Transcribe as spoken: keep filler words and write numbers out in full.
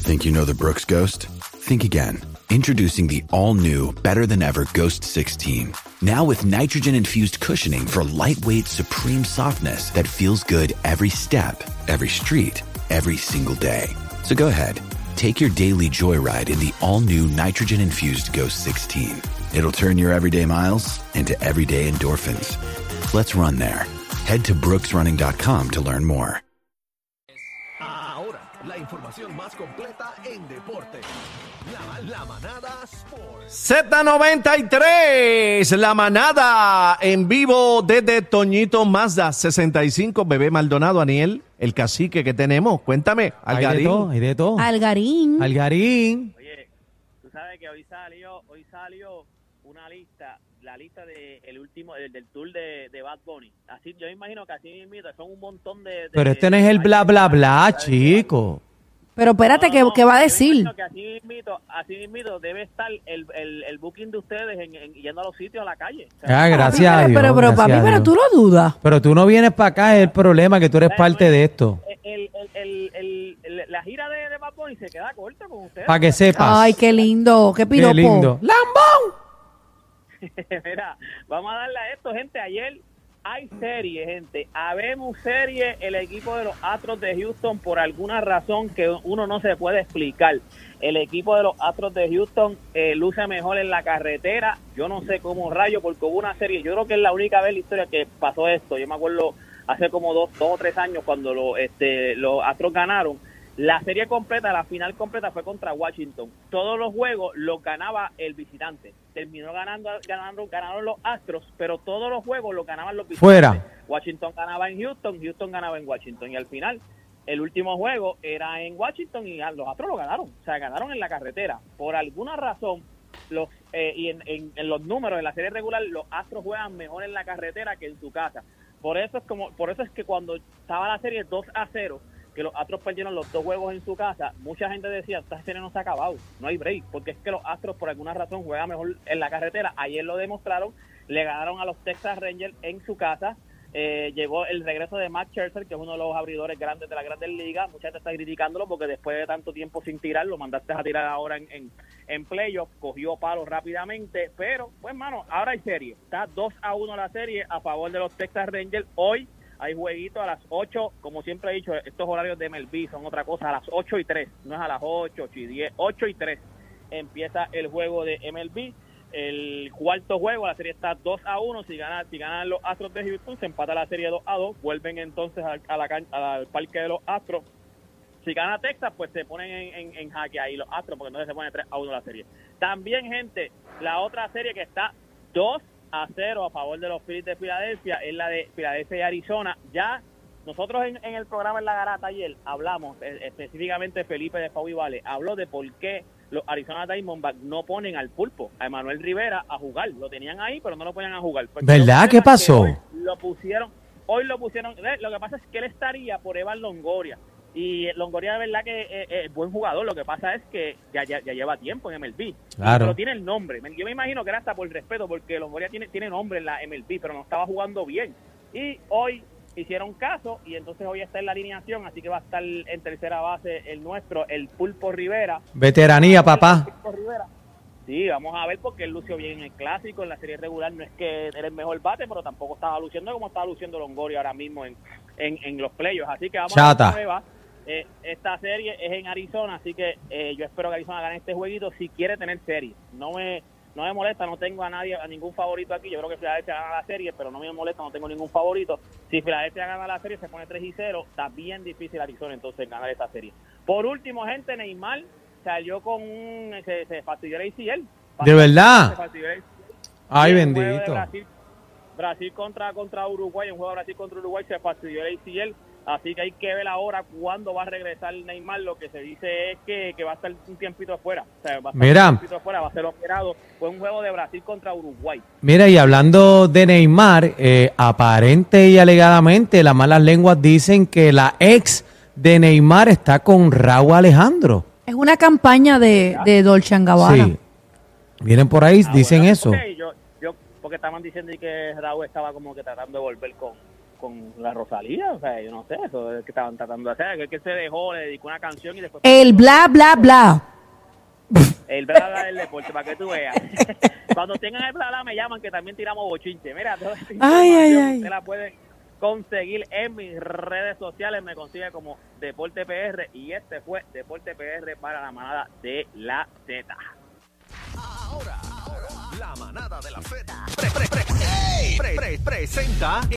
Think you know the Brooks Ghost? Think again. Introducing the all-new, better-than-ever Ghost sixteen. Now with nitrogen-infused cushioning for lightweight, supreme softness that feels good every step, every street, every single day. So go ahead, take your daily joyride in the all-new nitrogen-infused Ghost sixteen. It'll turn your everyday miles into everyday endorphins. Let's run there. Head to brooks running dot com to learn more. Ahora, la información más completa en deporte. La, la Manada Sports. Z noventa y tres, La Manada, en vivo desde Toñito Mazda sesenta y cinco, Bebé Maldonado, Aniel, el cacique que tenemos. Cuéntame, Algarín. Hay de todo, hay de todo. Algarín. Algarín. Oye, tú sabes que hoy salió, hoy salió una lista, la lista de el último del, del tour de, de Bad Bunny. Así, yo me imagino que así mismo son un montón de, de Pero este no es el bla bla bla, chico. Pero espérate, no, ¿qué, no, ¿qué va a yo decir? imagino que así mismito, así mismito debe estar el, el, el booking de ustedes en, en, yendo a los sitios a la calle. O sea, Ah, gracias a Pero, Dios. pero, pero gracias papi, a pero Dios. tú lo dudas. Pero tú no vienes para acá, es el problema, que tú eres parte de esto. el, el, el, el, el- la gira de, de Bad Bunny se queda corta con ustedes. Para que sepas. Ay, qué lindo, qué piropo. Qué lindo. ¡Lambón! Mira, vamos a darle a esto, gente. Ayer hay serie, gente. Habemos serie, el equipo de los Astros de Houston, por alguna razón que uno no se puede explicar. El equipo de los Astros de Houston eh, luce mejor en la carretera. Yo no sé cómo rayo, porque hubo una serie. Yo creo que es la única vez en la historia que pasó esto. Yo me acuerdo hace como dos, dos o tres años cuando lo, este, los Astros ganaron. La serie completa, la final completa fue contra Washington. Todos los juegos los ganaba el visitante. Terminó ganando, ganando, ganaron los Astros, pero todos los juegos los ganaban los visitantes. Fuera. Washington ganaba en Houston, Houston ganaba en Washington. Y al final, el último juego era en Washington y los Astros lo ganaron. O sea, ganaron en la carretera. Por alguna razón, los eh, y en, en, en los números, en la serie regular, los Astros juegan mejor en la carretera que en su casa. Por eso es como, por eso es que cuando estaba la serie dos a cero, que los Astros perdieron los dos juegos en su casa, mucha gente decía, esta serie no se ha acabado, no hay break, porque es que los Astros por alguna razón juegan mejor en la carretera. Ayer lo demostraron, le ganaron a los Texas Rangers en su casa. Eh, llegó el regreso de Matt Scherzer, que es uno de los abridores grandes de la Grandes Ligas. Mucha gente está criticándolo porque después de tanto tiempo sin tirar, lo mandaste a tirar ahora en, en, en playoff, cogió palos rápidamente, pero pues mano, ahora hay serie, está dos a uno la serie a favor de los Texas Rangers. Hoy hay jueguito a las ocho, como siempre he dicho, estos horarios de M L B son otra cosa, a las ocho y tres, no es a las ocho, ocho y diez, ocho y tres empieza el juego de M L B. El cuarto juego, la serie está dos a uno, si ganan, si ganan los Astros de Houston, se empata la serie dos a dos, vuelven entonces a, a la can, al parque de los Astros. Si gana Texas, pues se ponen en, en, en jaque ahí los Astros, porque entonces se pone tres a uno la serie. También, gente, la otra serie que está dos a cero a favor de los Phillies de Filadelfia es la de Filadelfia y Arizona. Ya nosotros en, en el programa En la Garata ayer hablamos, eh, específicamente Felipe de Pau y Vale, habló de por qué los Arizona Diamondbacks no ponen al Pulpo, a Emanuel Rivera, a jugar. Lo tenían ahí, pero no lo ponían a jugar. Porque ¿Verdad? ¿Qué pasó? Hoy lo pusieron, hoy lo pusieron, lo que pasa es que él estaría por Evan Longoria. Y Longoria de verdad que es, es buen jugador, lo que pasa es que ya, ya, ya lleva tiempo en M L B. Claro. Pero tiene el nombre. Yo me imagino que era hasta por respeto, porque Longoria tiene, tiene nombre en la M L B, pero no estaba jugando bien. Y hoy hicieron caso y entonces hoy está en la alineación, así que va a estar en tercera base el nuestro, el Pulpo Rivera. Veteranía, papá. Pulpo Rivera. Sí, vamos a ver porque él lució bien en el clásico, en la serie regular no es que era el mejor bate, pero tampoco estaba luciendo como estaba luciendo Longoria ahora mismo en, en, en los playoffs, así que vamos Chata. a ver cómo va. Eh, esta serie es en Arizona, así que eh, yo espero que Arizona gane este jueguito si quiere tener serie. No me no me molesta, no tengo a nadie, a ningún favorito aquí. Yo creo que Filadelfia gana la serie, pero no me molesta, no tengo ningún favorito. Si Filadelfia gana la serie, se pone tres y cero, está bien difícil Arizona entonces ganar esa serie. Por último, gente, Neymar salió con un... se, se fastidió el A C L. ¿De verdad? Se fastidió el A C L. Ay, Sí, un juego de bendito. Brasil, Brasil contra, contra Uruguay, un juego de Brasil contra Uruguay, se fastidió el A C L. Así que hay que ver ahora cuándo va a regresar Neymar. Lo que se dice es que, que va a estar un tiempito afuera. O sea, va a estar Mira. un tiempito afuera, va a ser operado. Fue un juego de Brasil contra Uruguay. Mira, y hablando de Neymar, eh, aparente y alegadamente las malas lenguas dicen que la ex de Neymar está con Raúl Alejandro. Es una campaña de, de Dolce and Gabbana. Sí. Vienen por ahí, Ah, dicen bueno, eso. ok, yo, yo, porque estaban diciendo que Raúl estaba como que tratando de volver con, con la Rosalía, o sea, yo no sé, eso es que estaban tratando de hacer, que, que se dejó, le dedicó una canción y después... El bla, bla, bla. El bla bla del deporte, para que tú veas. Cuando tengan el bla bla me llaman, que también tiramos bochinche. Mira, toda esta Ay, ay, información ay. usted la pueden conseguir en mis redes sociales, me consigue como Deporte P R, y este fue Deporte P R para la manada de la Z. Ahora, ahora, la manada de la Z pre- pre- pre- pre- pre- presenta